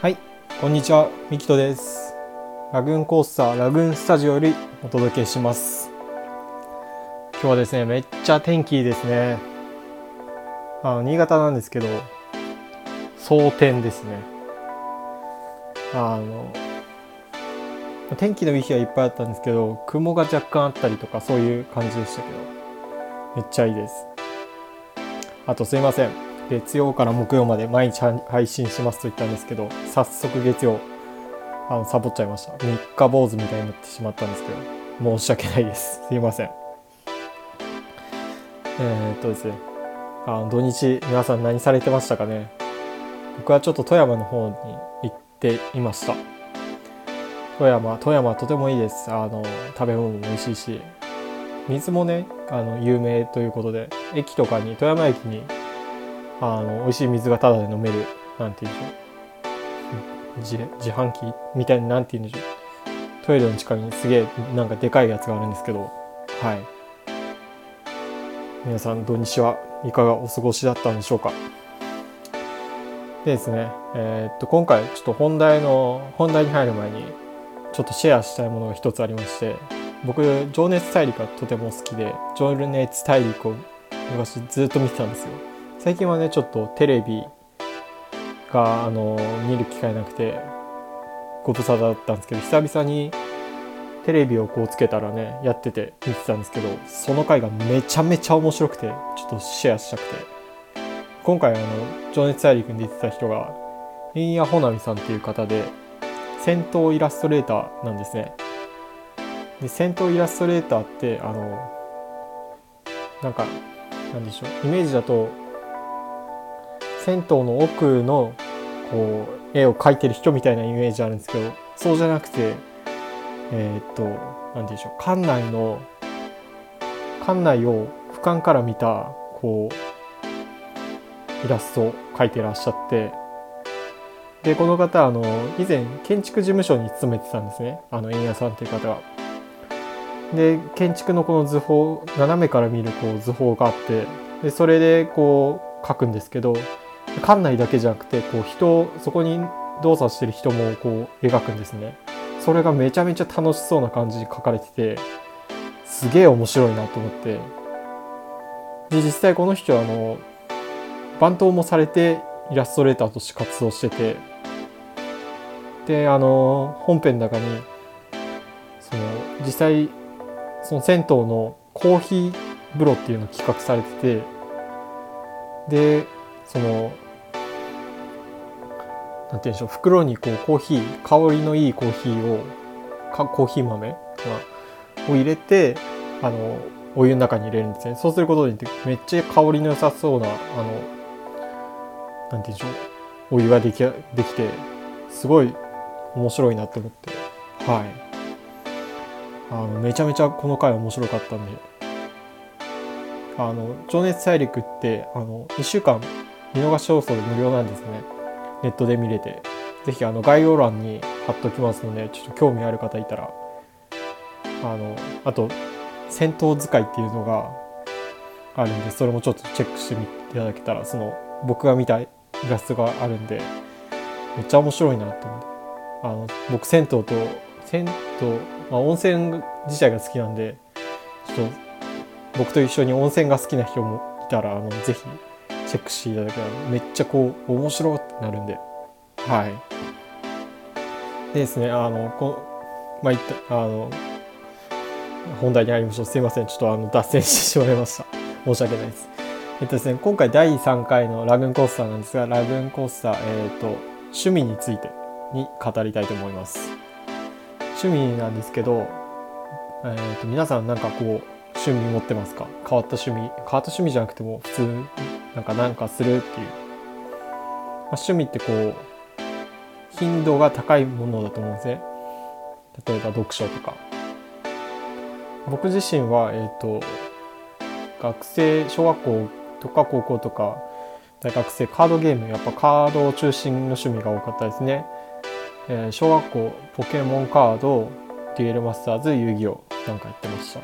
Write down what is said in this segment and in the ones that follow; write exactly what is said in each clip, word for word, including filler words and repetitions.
はい、こんにちは、ミキトです。ラグーンコースターラグーンスタジオよりお届けします。今日はですね、めっちゃ天気いいですね。あの新潟なんですけど、蒼天ですね。あの天気のいい日はいっぱいあったんですけど、雲が若干あったりとかそういう感じでしたけど、めっちゃいいです。あとすいません、月曜から木曜まで毎日配信しますと言ったんですけど、早速月曜あのサボっちゃいました。みっか坊主みたいになってしまったんですけど、申し訳ないです。すいません。えー、っとですねあの土日皆さん何されてましたかね。僕はちょっと富山の方に行っていました。富山富山とてもいいです。あの食べ物も美味しいし、水もねあの有名ということで、駅とかに富山駅にあの美味しい水がタダで飲める、なんて言うんでしょう、自, 自販機みたいに、なんて言うんでしょう、トイレの近くにすげえなんかでかいやつがあるんですけど、はい、皆さん土日はいかがお過ごしだったんでしょうか。でですね、えー、っと今回ちょっと本題の本題に入る前にちょっとシェアしたいものが一つありまして、僕情熱大陸がとても好きで、情熱大陸を昔ずっと見てたんですよ。最近はねちょっとテレビがあの見る機会なくてご無沙汰だったんですけど、久々にテレビをこうつけたらねやってて見てたんですけど、その回がめちゃめちゃ面白くて、ちょっとシェアしたくて、今回あの情熱大陸に出てた人が円谷穂波さんっていう方で、戦闘イラストレーターなんですね。で戦闘イラストレーターってあのなんかなんでしょう、イメージだと銭湯の奥のこう絵を描いてる人みたいなイメージあるんですけど、そうじゃなくて、えー、っとなんでしょう、館内の館内を俯瞰から見たこうイラストを描いてらっしゃって、でこの方あの以前建築事務所に勤めてたんですね、あの円谷さんっていう方は。で建築のこの図法、斜めから見るこう図法があって、でそれでこう描くんですけど、館内だけじゃなくてこう人、そこに動作してる人もこう描くんですね。それがめちゃめちゃ楽しそうな感じに描かれてて、すげえ面白いなと思って、で実際この人はあのバントもされてイラストレーターとして活動してて、であの本編の中にその実際その銭湯のコーヒー風呂っていうのを企画されてて、でそのなんていうんでしょう、袋にこうコーヒー、香りのいいコーヒーをかコーヒー豆を入れて、あのお湯の中に入れるんですね。そうすることによってめっちゃ香りの良さそうな、あのなんていうんでしょう、お湯ができできて、すごい面白いなと思って、はい、あのめちゃめちゃこの回面白かったんで、あの情熱大陸ってあのいっしゅうかん見逃し放送で無料なんですね。ネットで見れて、ぜひあの概要欄に貼っときますので、ちょっと興味ある方いたら、あのあと戦闘使いっていうのがあるんで、それもちょっとチェックしてみていただけたら、その僕が見たイラストがあるんでめっちゃ面白いなと思って、あの僕銭湯と銭湯、まあ、温泉自体が好きなんで、ちょっと僕と一緒に温泉が好きな人もいたら、あのぜひチェックしていただけたらめっちゃこう面白ってなるんで、はい。でですね、あのこまあいったあの本題に入りましょう。すいません、ちょっとあの脱線してしまいました。申し訳ないです。えっとですね、今回だいさんかいのラグーンコースターなんですが、ラグーンコースター、えっと趣味についてに語りたいと思います。趣味なんですけど、えっと皆さんなんかこう趣味持ってますか？変わった趣味、変わった趣味じゃなくても普通なんかなんかするっていう、まあ、趣味ってこう頻度が高いものだと思うんですね。例えば読書とか。僕自身は、えーと、学生、小学校とか高校とか大学生、カードゲーム、やっぱカードを中心の趣味が多かったですね。えー、小学校ポケモンカード、デュエルマスターズ、遊戯王なんかやってました。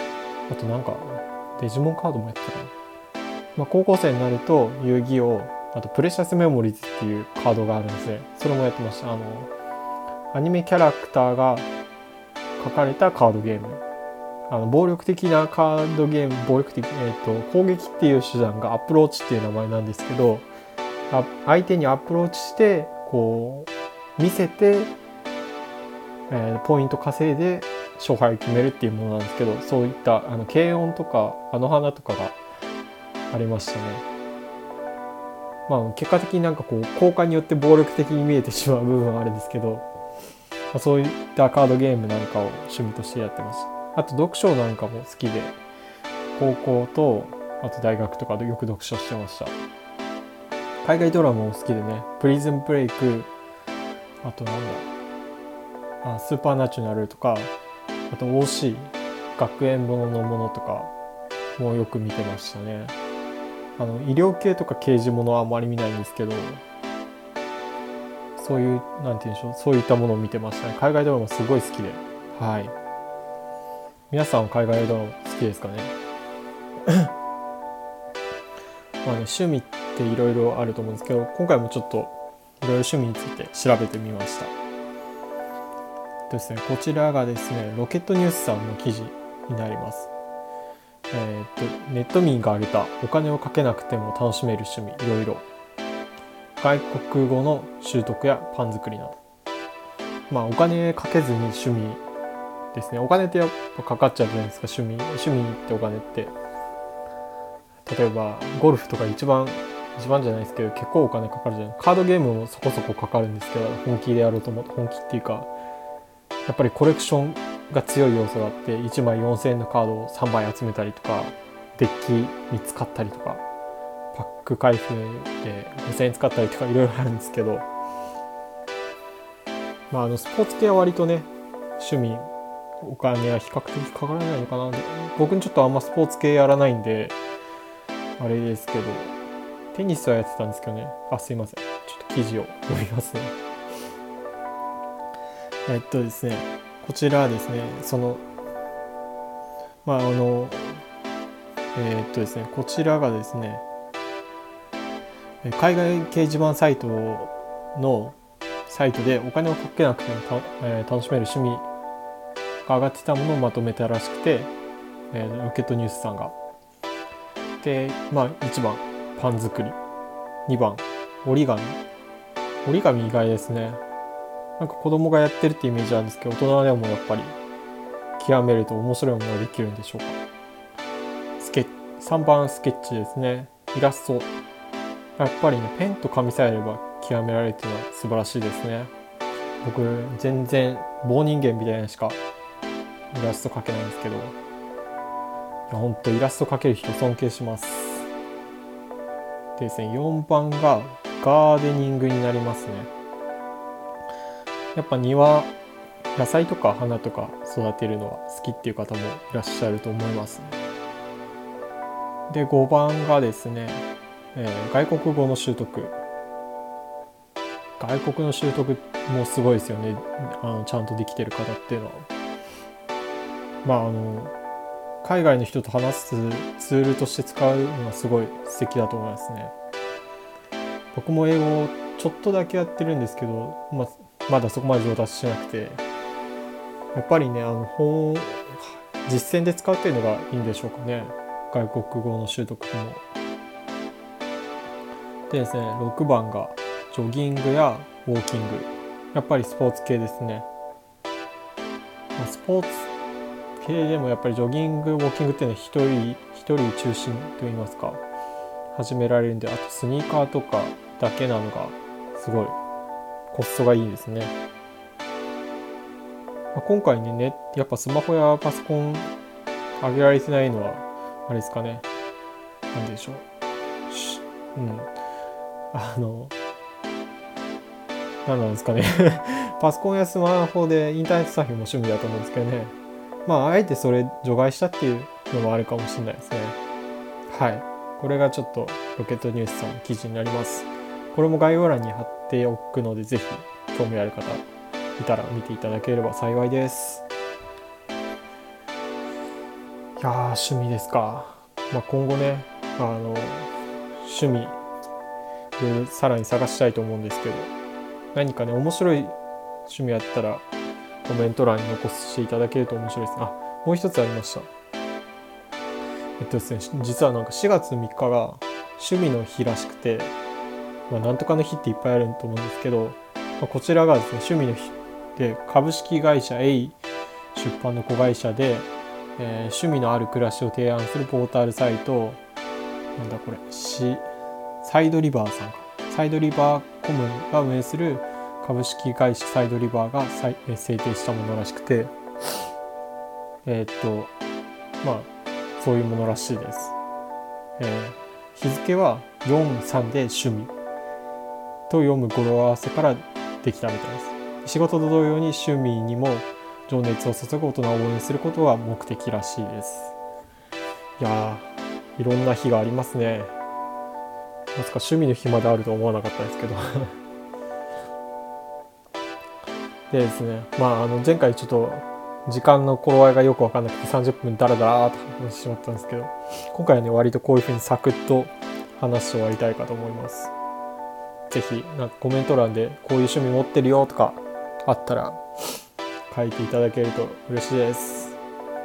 あとなんかデジモンカードもやってたかな。まあ、高校生になると遊戯王あとプレシャスメモリーズっていうカードがあるんですね。それもやってました。あのアニメキャラクターが書かれたカードゲーム、あの暴力的なカードゲーム、暴力的、えー、と攻撃っていう手段がアプローチっていう名前なんですけど、相手にアプローチしてこう見せて、えー、ポイント稼いで勝敗を決めるっていうものなんですけど、そういったあの軽音とかあの花とかがありましたね。まあ結果的になんかこう効果によって暴力的に見えてしまう部分はあるんですけど、まあ、そういったカードゲームなんかを趣味としてやってました。あと読書なんかも好きで、高校とあと大学とかでよく読書してました。海外ドラマも好きでね、プリズンブレイク、あとなんだあスーパーナチュラルとか、あと オーシー 学園もののものとかもよく見てましたね。あの医療系とか刑事ものはあまり見ないんですけど、そういうなんて言うんでしょう、そういったものを見てましたね。海外ドラマすごい好きで、はい。皆さん海外ドラマ好きですかね。まあね、趣味っていろいろあると思うんですけど、今回もちょっといろいろ趣味について調べてみました。ですね、こちらがですね、ロケットニュースさんの記事になります。えー、っとネット民が挙げたお金をかけなくても楽しめる趣味いろいろ、外国語の習得やパン作りなど。まあお金かけずに趣味ですね。お金ってやっぱかかっちゃうじゃないですか。趣味趣味ってお金って、例えばゴルフとか一番一番じゃないですけど結構お金かかるじゃない。カードゲームもそこそこかかるんですけど、本気でやろうと思って、本気っていうかやっぱりコレクションが強い要素があって、いちまいよんせんえんのカードをさんまい集めたりとか、デッキみっつ買ったりとか、パック開封でごせんえん使ったりとかいろいろあるんですけど、まああのスポーツ系は割とね、趣味お金は比較的かからないのかな。僕ちょっとあんまスポーツ系やらないんであれですけど、テニスはやってたんですけどね。あ、すいません、ちょっと記事を読みますね。えっとですね、こちらですね、そのまああのえー、っとですねこちらがですね、海外掲示板サイトのサイトでお金をかけなくてもた、えー、楽しめる趣味が上がってたものをまとめたらしくて、えー、ロケットニュースさんがで、まあいちばんパン作り、にばん折り紙。折り紙意外ですね。なんか子供がやってるってイメージなんですけど、大人でもやっぱり極めると面白いものができるんでしょうか。スケさんばんスケッチですね。イラスト、やっぱりね、ペンと紙さえあれば極められるというのは素晴らしいですね。僕全然棒人間みたいなしかイラスト描けないんですけど、いや本当イラスト描ける人尊敬します。でですね、よんばんがガーデニングになりますね。やっぱ庭、野菜とか花とか育てるのは好きっていう方もいらっしゃると思いますね。でごばんがですね、えー、外国語の習得。外国の習得もすごいですよね。あのちゃんとできてる方っていうのは、まああの海外の人と話すツールとして使うのはすごい素敵だと思いますね。僕も英語をちょっとだけやってるんですけど、まあ、まだそこまで上達しなくて、やっぱりね、あの本実践で使うっていうのがいいんでしょうかね、外国語の習得も。でですね、ろくばんがジョギングやウォーキング。やっぱりスポーツ系ですね。スポーツ系でもやっぱりジョギングウォーキングっていうのは一人一人中心といいますか始められるんで、あとスニーカーとかだけなのがすごいコストがいいですね。まあ、今回ね、ねやっぱスマホやパソコン上げられてないのはあれですかね、なんでしょう、うんあの何なんですかねパソコンやスマホでインターネットサーフィンも趣味だと思うんですけどね、まああえてそれ除外したっていうのもあるかもしれないですね。はい、これがちょっとロケットニュースさんの記事になります。これも概要欄に貼っておくので、ぜひ興味ある方いたら見ていただければ幸いです。いやー、趣味ですか。まあ、今後ね、あの趣味いろいろさらに探したいと思うんですけど、何かね面白い趣味あったらコメント欄に残していただけると面白いです。あ、もう一つありました。えっとですね、実はなんかしがつみっかが趣味の日らしくて、まあ、なんとかの日っていっぱいあると思うんですけど、まあ、こちらがですね、趣味の日で株式会社 A 出版の子会社で、えー、趣味のある暮らしを提案するポータルサイト、なんだこれ、しサイドリバーさんか、サイドリバーコムが運営する株式会社サイドリバーが制定したものらしくて、えー、っとまあそういうものらしいです。えー、日付はよんさんで趣味と読む語呂合わせからできたみたいです。仕事と同様に趣味にも情熱を注ぐ大人を応援することが目的らしいです。いやー、いろんな日がありますね。まさか趣味の日まであるとは思わなかったですけどでですね、まああの前回ちょっと時間の頃合いがよく分かんなくてさんじゅっぷんダラダラーと話してしまったんですけど、今回はね割とこういう風にサクッと話して終わりたいかと思います。ぜひなんかコメント欄でこういう趣味持ってるよとかあったら書いていただけると嬉しいです。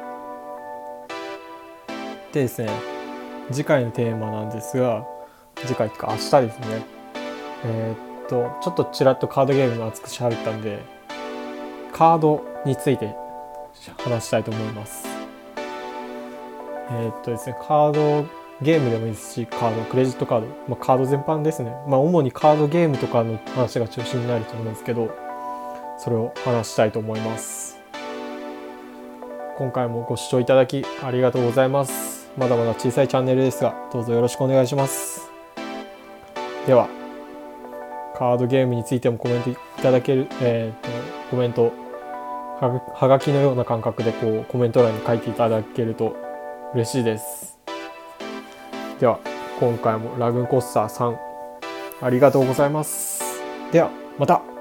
でですね、次回のテーマなんですが、次回ってか明日ですね、えー、っとちょっとちらっとカードゲームの熱くしゃべったんで、カードについて話したいと思います。えー、っとですね、カードゲームでもいいですし、カード、クレジットカード、まあ、カード全般ですね。まあ主にカードゲームとかの話が中心になると思うんですけど、それを話したいと思います。今回もご視聴いただきありがとうございます。まだまだ小さいチャンネルですが、どうぞよろしくお願いします。では、カードゲームについてもコメントいただける、えー、とコメントは、はがきのような感覚でこうコメント欄に書いていただけると嬉しいです。では、今回もラグーンコースターさんありがとうございます。ではまた。